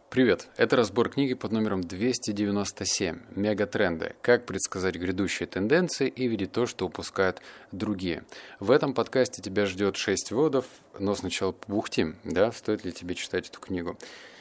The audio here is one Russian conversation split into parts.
Привет! Это разбор книги под номером 297 «Мегатренды. Как предсказать грядущие тенденции и видеть то, что упускают другие». В этом подкасте тебя ждет 6 выводов, но сначала побухтим, да, стоит ли тебе читать эту книгу.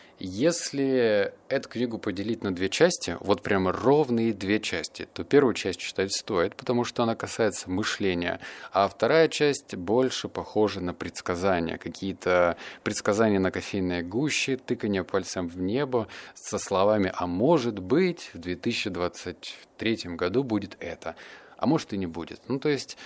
Если эту книгу поделить на две части, вот прямо ровные две части, то первую часть читать стоит, потому что она касается мышления, а вторая часть больше похожа на предсказания, какие-то предсказания на кофейной гуще, тыканье пальцем в небо со словами «а может быть в 2023 году будет это, а может и не будет». Ну, то есть...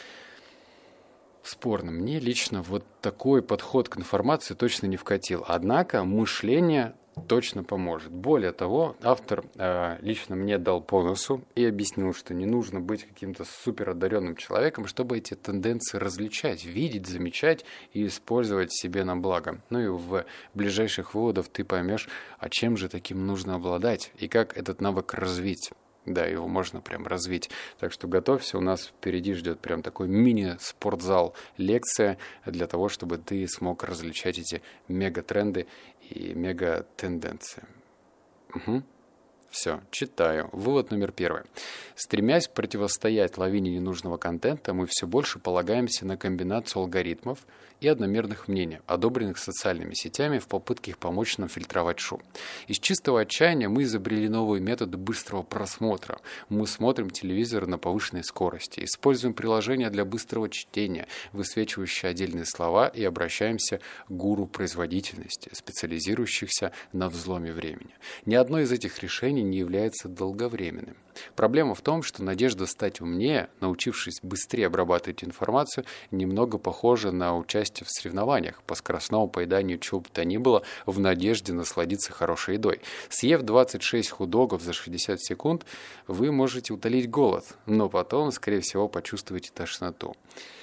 Спорно. Мне лично вот такой подход к информации точно не вкатил. Однако мышление точно поможет. Более того, автор лично мне дал по носу и объяснил, что не нужно быть каким-то суперодаренным человеком, чтобы эти тенденции различать, видеть, замечать и использовать себе на благо. Ну и в ближайших выводах ты поймешь, а чем же таким нужно обладать и как этот навык развить. Да, его можно прям развить. Так что готовься, у нас впереди ждет прям такой мини-спортзал, лекция для того, чтобы ты смог различать эти мегатренды и мегатенденции. Угу. Все, читаю. Вывод номер 1. Стремясь противостоять лавине ненужного контента, мы все больше полагаемся на комбинацию алгоритмов и одномерных мнений, одобренных социальными сетями в попытке их помочь нам фильтровать шум. Из чистого отчаяния мы изобрели новые методы быстрого просмотра. Мы смотрим телевизор на повышенной скорости, используем приложения для быстрого чтения, высвечивающие отдельные слова, и обращаемся к гуру производительности, специализирующихся на взломе времени. Ни одно из этих решений не является долговременным. Проблема в том, что надежда стать умнее, научившись быстрее обрабатывать информацию, немного похожа на участие в соревнованиях по скоростному поеданию чего бы то ни было в надежде насладиться хорошей едой. Съев 26 хот-догов за 60 секунд, вы можете утолить голод, но потом, скорее всего, почувствуете тошноту.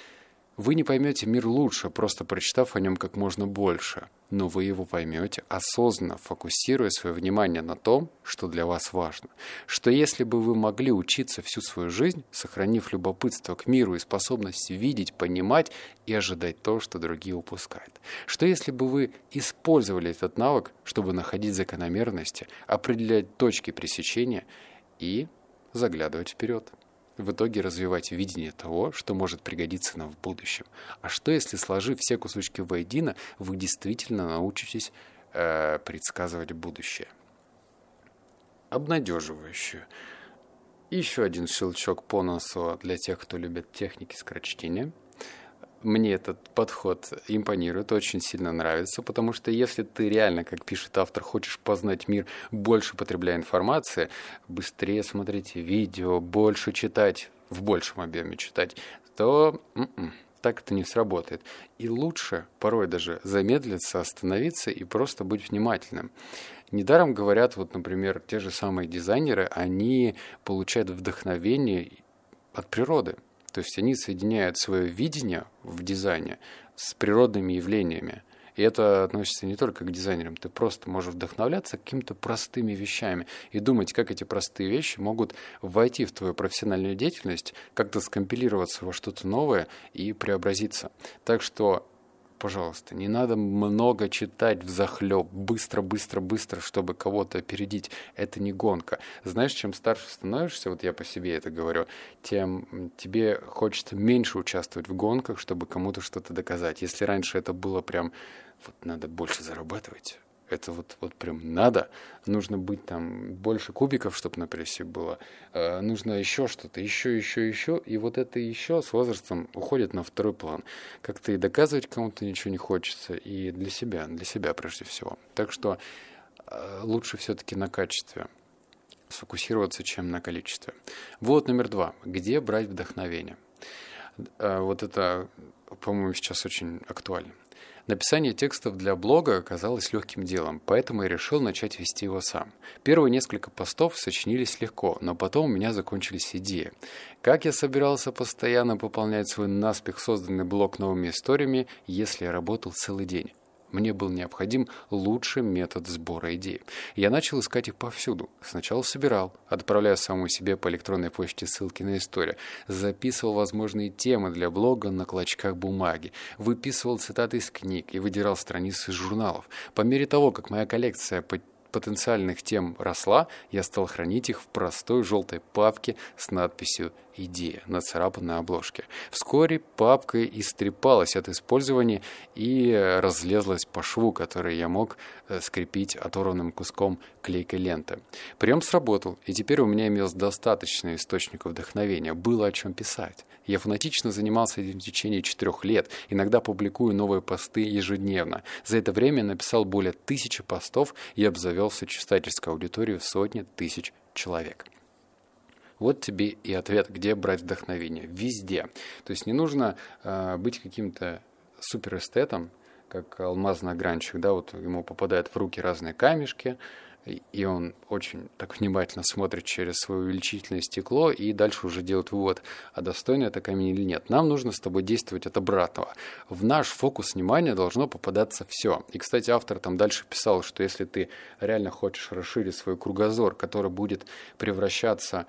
Вы не поймете мир лучше, просто прочитав о нем как можно больше, но вы его поймете, осознанно фокусируя свое внимание на том, что для вас важно. Что если бы вы могли учиться всю свою жизнь, сохранив любопытство к миру и способность видеть, понимать и ожидать то, что другие упускают. Что если бы вы использовали этот навык, чтобы находить закономерности, определять точки пресечения и заглядывать вперед. В итоге развивать видение того, что может пригодиться нам в будущем. А что, если, сложив все кусочки воедино, вы действительно научитесь предсказывать будущее? Обнадеживающе. Еще один щелчок по носу для тех, кто любит техники скорочтения. Мне этот подход импонирует, очень сильно нравится, потому что если ты реально, как пишет автор, хочешь познать мир, больше потребляя информации, быстрее смотреть видео, больше читать, в большем объеме читать, то так это не сработает. И лучше порой даже замедлиться, остановиться и просто быть внимательным. Недаром говорят, вот, например, те же самые дизайнеры, они получают вдохновение от природы. То есть они соединяют свое видение в дизайне с природными явлениями. И это относится не только к дизайнерам. Ты просто можешь вдохновляться какими-то простыми вещами и думать, как эти простые вещи могут войти в твою профессиональную деятельность, как-то скомпилироваться во что-то новое и преобразиться. Так что, пожалуйста, не надо много читать взахлеб, быстро, чтобы кого-то опередить. Это не гонка. Знаешь, чем старше становишься, вот я по себе это говорю, тем тебе хочется меньше участвовать в гонках, чтобы кому-то что-то доказать. Если раньше это было прям, вот надо больше зарабатывать, это вот прям надо. Нужно быть там больше кубиков, чтобы на прессе было. Нужно еще что-то, еще. И вот это еще с возрастом уходит на второй план. Как-то и доказывать кому-то ничего не хочется. И для себя прежде всего. Так что лучше все-таки на качестве сфокусироваться, чем на количестве. Вот номер 2. Где брать вдохновение? Вот это, по-моему, сейчас очень актуально. Написание текстов для блога оказалось легким делом, поэтому я решил начать вести его сам. Первые несколько постов сочинились легко, но потом у меня закончились идеи. Как я собирался постоянно пополнять свой наспех созданный блог новыми историями, если я работал целый день? Мне был необходим лучший метод сбора идей. Я начал искать их повсюду. Сначала собирал, отправляя самому себе по электронной почте ссылки на историю, записывал возможные темы для блога на клочках бумаги, выписывал цитаты из книг и выдирал страницы из журналов. По мере того, как моя коллекция потенциальных тем росла, я стал хранить их в простой желтой папке с надписью «Идея», нацарапанной на обложке. Вскоре папка истрепалась от использования и разлезлась по шву, который я мог скрепить оторванным куском клейкой ленты. Прием сработал, и теперь у меня имелось достаточно источников вдохновения, было о чем писать. Я фанатично занимался этим в течение 4 лет, иногда публикую новые посты ежедневно. За это время я написал более 1000 постов и обзавелся читательской аудиторией в сотни тысяч человек. Вот тебе и ответ, где брать вдохновение. Везде. То есть не нужно быть каким-то суперэстетом, как алмазный огранчик, да, вот ему попадают в руки разные камешки, и он очень так внимательно смотрит через свое увеличительное стекло и дальше уже делает вывод, а достойный это камень или нет. Нам нужно с тобой действовать от обратного. В наш фокус внимания должно попадаться все. И, кстати, автор там дальше писал, что если ты реально хочешь расширить свой кругозор, который будет превращаться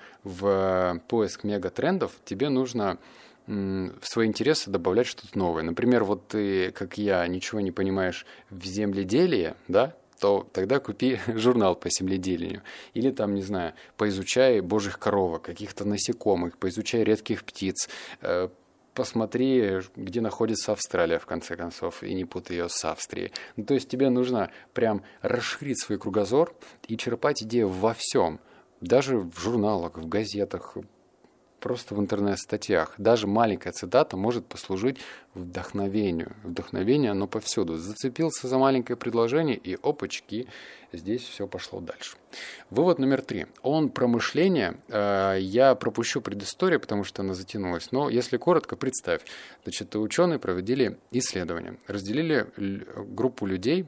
в поиск мегатрендов, тебе нужно в свои интересы добавлять что-то новое. Например, вот ты, как я, ничего не понимаешь в земледелии, да, то тогда купи журнал по земледелию. Или там, не знаю, поизучай божьих коровок, каких-то насекомых, поизучай редких птиц, посмотри, где находится Австралия, в конце концов, и не путай ее с Австрией. Ну, то есть тебе нужно прям расширить свой кругозор и черпать идеи во всем. Даже в журналах, в газетах, просто в интернет-статьях. Даже маленькая цитата может послужить вдохновению. Вдохновение, оно повсюду. Зацепился за маленькое предложение, и опачки, здесь все пошло дальше. Вывод номер 3. Он про мышление. Я пропущу предысторию, потому что она затянулась. Но если коротко, представь. Значит, ученые проводили исследования. Разделили группу людей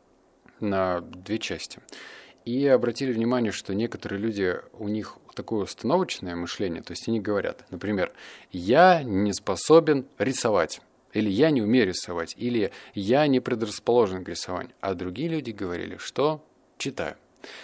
на 2 части. И обратили внимание, что некоторые люди, у них такое установочное мышление, то есть они говорят, например, «я не способен рисовать», или «я не умею рисовать», или «я не предрасположен к рисованию». А другие люди говорили, что «читаю».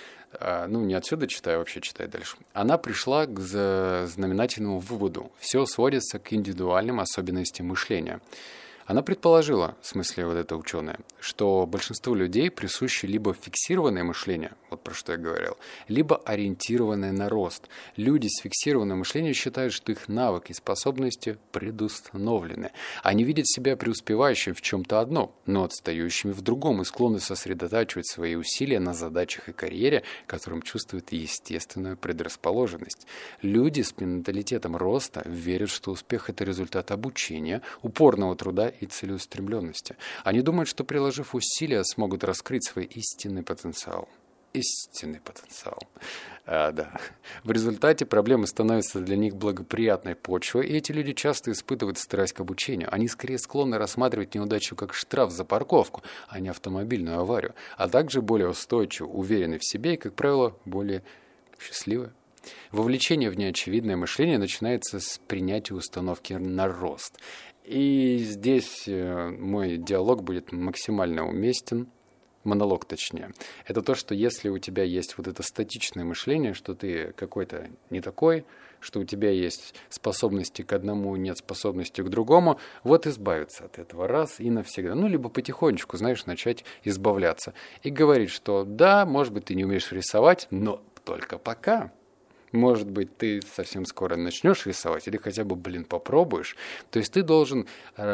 Ну, не отсюда читаю, вообще читаю дальше. Она пришла к знаменательному выводу. Все сводится к индивидуальным особенностям мышления. Она предположила, в смысле вот эта ученая, что большинству людей присуще либо фиксированное мышление, вот про что я говорил, либо ориентированное на рост. Люди с фиксированным мышлением считают, что их навыки и способности предустановлены. Они видят себя преуспевающими в чем-то одном, но отстающими в другом и склонны сосредотачивать свои усилия на задачах и карьере, которым чувствуют естественную предрасположенность. Люди с менталитетом роста верят, что успех – это результат обучения, упорного труда и целеустремленности. Они думают, что, приложив усилия, смогут раскрыть свой истинный потенциал. Истинный потенциал. Да. В результате проблемы становятся для них благоприятной почвой, и эти люди часто испытывают страсть к обучению. Они скорее склонны рассматривать неудачу как штраф за парковку, а не автомобильную аварию, а также более устойчивы, уверены в себе и, как правило, более счастливы. Вовлечение в неочевидное мышление начинается с принятия установки на рост. И здесь мой диалог будет максимально уместен, монолог точнее. Это то, что если у тебя есть вот это статичное мышление, что ты какой-то не такой, что у тебя есть способности к одному, нет способности к другому, вот избавиться от этого раз и навсегда. Ну, либо потихонечку, знаешь, начать избавляться. И говорить, что да, может быть, ты не умеешь рисовать, но только пока. Может быть, ты совсем скоро начнешь рисовать или хотя бы, попробуешь. То есть ты должен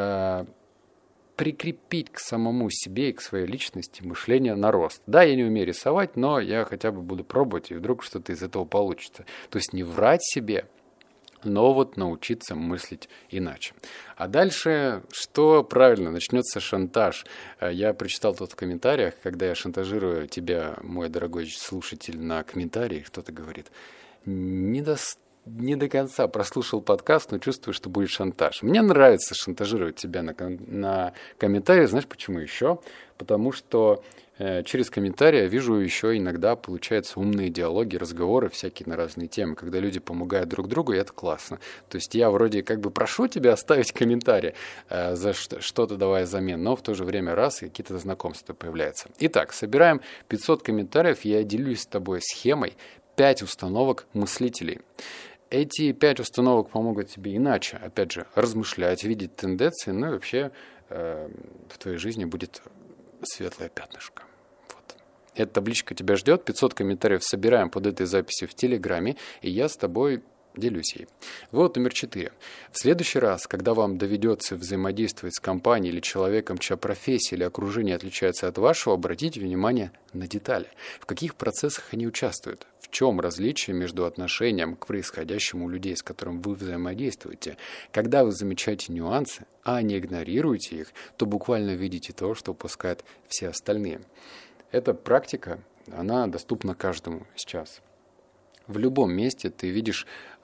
прикрепить к самому себе и к своей личности мышление на рост. Да, я не умею рисовать, но я хотя бы буду пробовать, и вдруг что-то из этого получится. То есть не врать себе, но вот научиться мыслить иначе. А дальше, что правильно, начнется шантаж. Я прочитал тут в комментариях, когда я шантажирую тебя, мой дорогой слушатель, на комментарии, кто-то говорит: не до конца прослушал подкаст, но чувствую, что будет шантаж. Мне нравится шантажировать тебя на комментарии. Знаешь, почему еще? Потому что через комментарии я вижу еще иногда получаются умные диалоги, разговоры всякие на разные темы, когда люди помогают друг другу, и это классно. То есть я вроде как бы прошу тебя оставить комментарий, за что-то давая взамен, но в то же время раз и какие-то знакомства появляются. Итак, собираем 500 комментариев, и я делюсь с тобой схемой 5 установок мыслителей. Эти 5 установок помогут тебе иначе, опять же, размышлять, видеть тенденции, ну и вообще в твоей жизни будет светлое пятнышко. Вот. Эта табличка тебя ждет, 500 комментариев собираем под этой записью в Телеграме, и я с тобой делюсь ей. Вывод номер 4. В следующий раз, когда вам доведется взаимодействовать с компанией или человеком, чья профессия или окружение отличается от вашего, обратите внимание на детали. В каких процессах они участвуют? В чем различие между отношением к происходящему у людей, с которым вы взаимодействуете? Когда вы замечаете нюансы, а не игнорируете их, то буквально видите то, что упускают все остальные. Эта практика, она доступна каждому сейчас. В любом месте ты видишь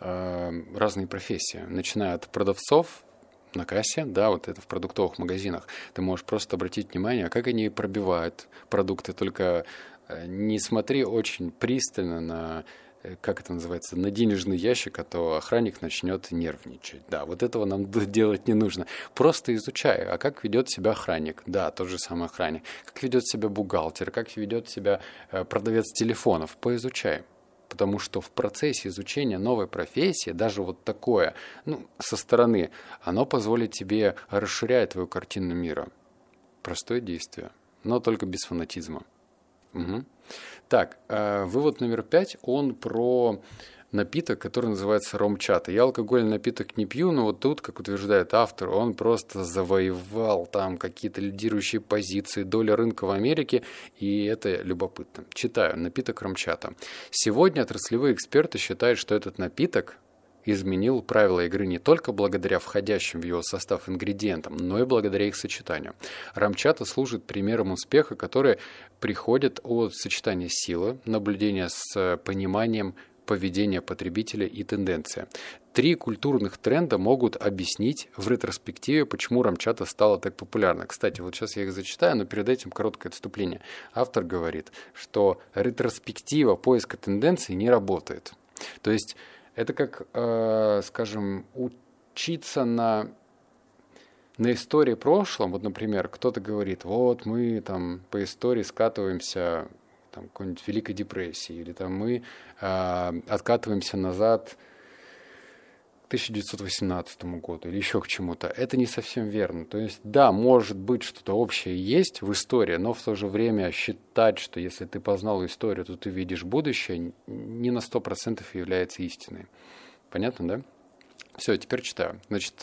разные профессии, начиная от продавцов на кассе, да, вот это в продуктовых магазинах. Ты можешь просто обратить внимание, как они пробивают продукты, только не смотри очень пристально на, как это называется, на денежный ящик, а то охранник начнет нервничать. Да, вот этого нам делать не нужно. Просто изучай, а как ведет себя охранник? Да, тот же самый охранник. Как ведет себя бухгалтер, как ведет себя продавец телефонов? Поизучай. Потому что в процессе изучения новой профессии, даже вот такое, со стороны, оно позволит тебе расширять твою картину мира. Простое действие, но только без фанатизма. Угу. Так, вывод номер 5, он про напиток, который называется ром-чата. Я алкогольный напиток не пью, но вот тут, как утверждает автор, он просто завоевал там какие-то лидирующие позиции, доля рынка в Америке, и это любопытно. Читаю. Напиток ром-чата. Сегодня отраслевые эксперты считают, что этот напиток изменил правила игры не только благодаря входящим в его состав ингредиентам, но и благодаря их сочетанию. Ром-чата служит примером успеха, который приходит от сочетания силы, наблюдения с пониманием поведения потребителя и тенденция. 3 культурных тренда могут объяснить в ретроспективе, почему ром-чата стала так популярна. Кстати, вот сейчас я их зачитаю, но перед этим короткое отступление. Автор говорит, что ретроспектива поиска тенденций не работает. То есть это как, скажем, учиться на истории прошлом. Вот, например, кто-то говорит, вот мы там по истории скатываемся там, какой-нибудь Великой депрессии, или там мы откатываемся назад к 1918 году, или еще к чему-то. Это не совсем верно. То есть, да, может быть, что-то общее есть в истории, но в то же время считать, что если ты познал историю, то ты видишь будущее, не на 100% является истиной. Понятно, да? Все, теперь читаю. Значит,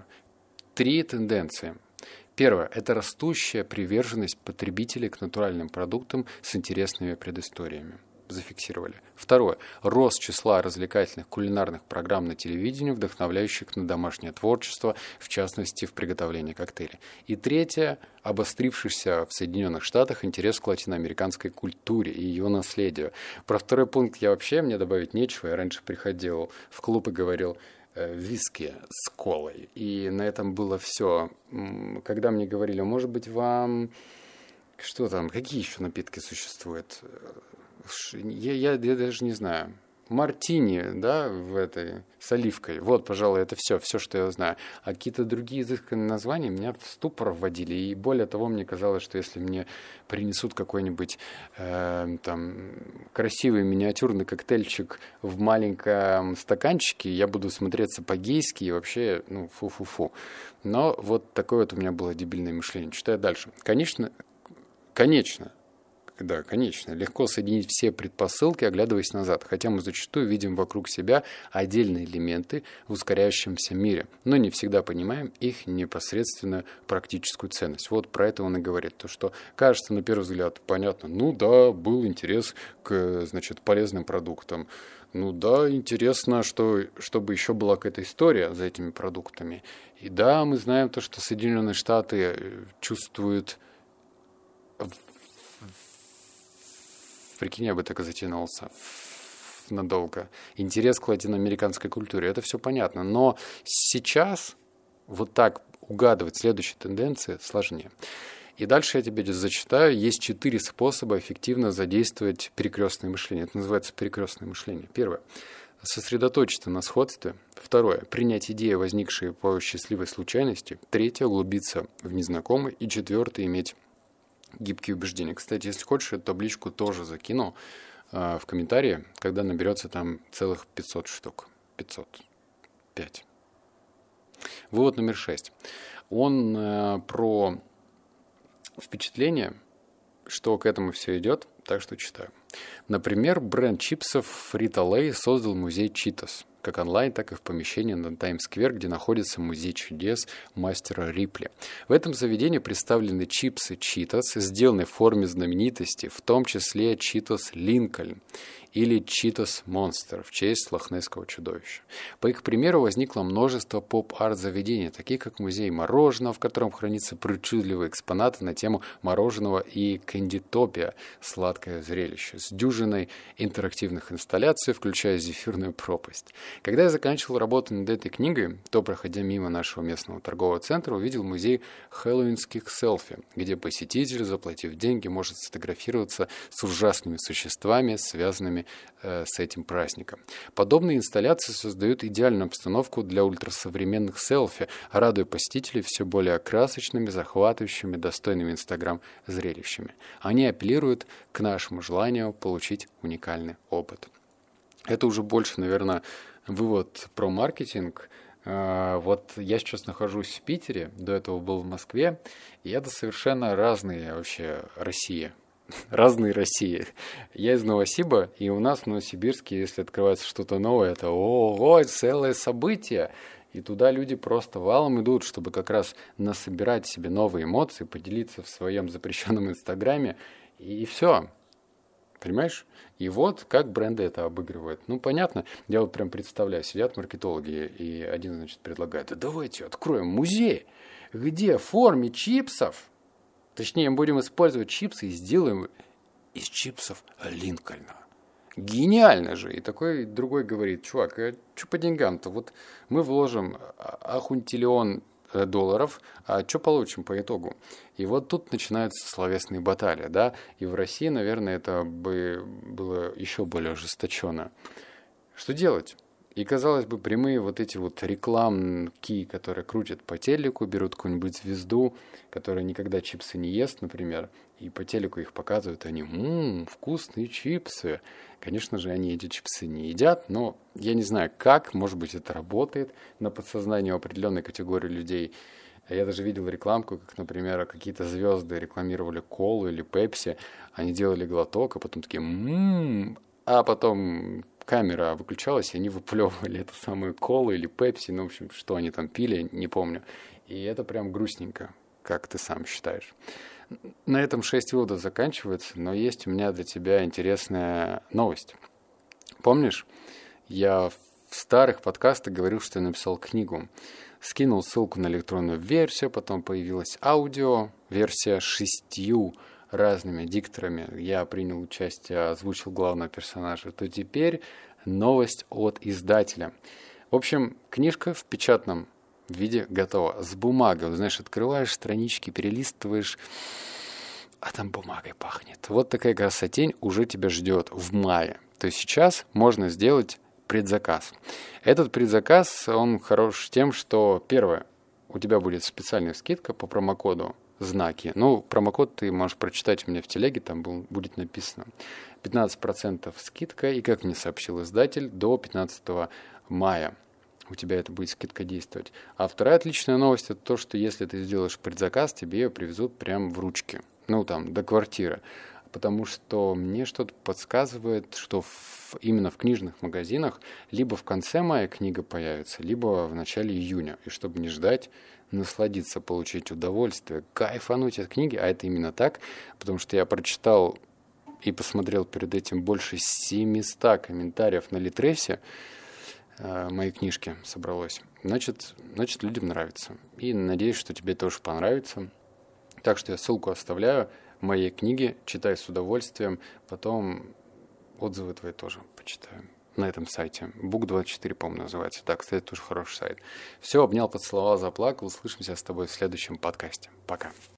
3 тенденции. Первое – это растущая приверженность потребителей к натуральным продуктам с интересными предысториями. Зафиксировали. Второе – рост числа развлекательных кулинарных программ на телевидении, вдохновляющих на домашнее творчество, в частности, в приготовлении коктейлей. И третье – обострившийся в Соединенных Штатах интерес к латиноамериканской культуре и ее наследию. Про второй пункт мне добавить нечего. Я раньше приходил в клуб и говорил виски с колой. И на этом было все. Когда мне говорили, может быть, вам... Что там? Какие еще напитки существуют? Я даже не знаю. Мартини, да, в этой, с оливкой. Вот, пожалуй, это все, что я знаю. А какие-то другие изысканные названия меня в ступор вводили. И более того, мне казалось, что если мне принесут какой-нибудь там красивый миниатюрный коктейльчик в маленьком стаканчике, я буду смотреться по-гейски и вообще, фу-фу-фу. Но вот такое вот у меня было дебильное мышление. Читаю дальше. Конечно, легко соединить все предпосылки, оглядываясь назад, хотя мы зачастую видим вокруг себя отдельные элементы в ускоряющемся мире, но не всегда понимаем их непосредственную практическую ценность. Вот про это он и говорит, то что кажется на первый взгляд понятно, был интерес к, полезным продуктам, интересно, чтобы еще была какая-то история за этими продуктами. И да, мы знаем то, что Соединенные Штаты чувствуют прикинь, я бы так и затянулся надолго. Интерес к латиноамериканской культуре. Это все понятно. Но сейчас вот так угадывать следующие тенденции сложнее. И дальше я тебе зачитаю. Есть 4 способа эффективно задействовать перекрестное мышление. Это называется перекрестное мышление. Первое. Сосредоточиться на сходстве. Второе. Принять идеи, возникшие по счастливой случайности. Третье. Углубиться в незнакомое. И четвертое. Иметь гибкие убеждения. Кстати, если хочешь, эту табличку тоже закину в комментарии, когда наберется там целых 500 штук. 505. Вывод номер 6. Он про впечатление, что к этому все идет. так что читаю. Например, бренд чипсов Frito-Lay создал музей Cheetos, как онлайн, так и в помещении на Таймс-сквер, где находится музей чудес мастера Рипли. В этом заведении представлены чипсы Cheetos, сделанные в форме знаменитости, в том числе Cheetos Lincoln или Cheetos Monster в честь лохнесского чудовища. По их примеру возникло множество поп-арт заведений, таких как музей мороженого, в котором хранятся причудливые экспонаты на тему мороженого, и Кэндитопия – сладкое зрелище, с дюжиной интерактивных инсталляций, включая зефирную пропасть. Когда я заканчивал работу над этой книгой, то, проходя мимо нашего местного торгового центра, увидел музей хэллоуинских селфи, где посетитель, заплатив деньги, может сфотографироваться с ужасными существами, связанными с этим праздником. Подобные инсталляции создают идеальную обстановку для ультрасовременных селфи, радуя посетителей все более красочными, захватывающими, достойными Инстаграм зрелищами. Они апеллируют к нашему желанию получить уникальный опыт. Это уже больше, наверное, вывод про маркетинг. Вот я сейчас нахожусь в Питере, до этого был в Москве, и это совершенно разные вообще России. Разные России. Я из Новосиба, и у нас в Новосибирске, если открывается что-то новое, это ого, целое событие. И туда люди просто валом идут, чтобы как раз насобирать себе новые эмоции, поделиться в своем запрещенном Инстаграме, и все. Понимаешь? И вот как бренды это обыгрывают. Ну, понятно, я вот прям представляю, сидят маркетологи, и один, значит, предлагает: да давайте откроем музей, где в форме чипсов, точнее, мы будем использовать чипсы и сделаем из чипсов Линкольна. Гениально же! И такой другой говорит: чувак, а что по деньгам-то? Вот мы вложим $1 триллион, а что получим по итогу? И вот тут начинаются словесные баталии, да? И в России, наверное, это бы было еще более ожесточенно. Что делать? И, казалось бы, прямые вот эти вот рекламки, которые крутят по телеку, берут какую-нибудь звезду, которая никогда чипсы не ест, например, и по телеку их показывают, они: вкусные чипсы. Конечно же, они эти чипсы не едят, но я не знаю, как, может быть, это работает на подсознании у определенной категории людей. Я даже видел рекламку, как, например, какие-то звезды рекламировали колу или пепси, они делали глоток, а потом такие: а потом камера выключалась, и они выплевывали эту самую колу или пепси, ну, в общем, что они там пили, не помню. И это прям грустненько, как ты сам считаешь. На этом 6 выводов заканчивается, но есть у меня для тебя интересная новость. Помнишь, я в старых подкастах говорил, что я написал книгу. Скинул ссылку на электронную версию, потом появилась аудио-версия с 6 разными дикторами. Я принял участие, озвучил главного персонажа. То теперь новость от издателя. В общем, книжка в печатном виде готова. С бумагой. Знаешь, открываешь странички, перелистываешь, а там бумагой пахнет. Вот такая красотень уже тебя ждет в мае. То есть сейчас можно сделать предзаказ. Этот предзаказ, он хорош тем, что, первое, у тебя будет специальная скидка по промокоду «Знаки». Ну, промокод ты можешь прочитать у меня в телеге, там будет написано. 15% скидка, и, как мне сообщил издатель, до 15 мая у тебя это будет скидка действовать. А вторая отличная новость — это то, что если ты сделаешь предзаказ, тебе ее привезут прямо в ручке. Ну, там, до квартиры. Потому что мне что-то подсказывает, что именно в книжных магазинах либо в конце мая книга появится, либо в начале июня. И чтобы не ждать, насладиться, получить удовольствие, кайфануть от книги, а это именно так, потому что я прочитал и посмотрел перед этим больше 700 комментариев на Литресе, моей книжки собралось. Значит, людям нравится. И надеюсь, что тебе тоже понравится. Так что я ссылку оставляю моей книги, читай с удовольствием, потом отзывы твои тоже почитаю на этом сайте. Book24, по-моему, называется. Да, кстати, тоже хороший сайт. Все, обнял, поцеловал, заплакал. Услышимся с тобой в следующем подкасте. Пока.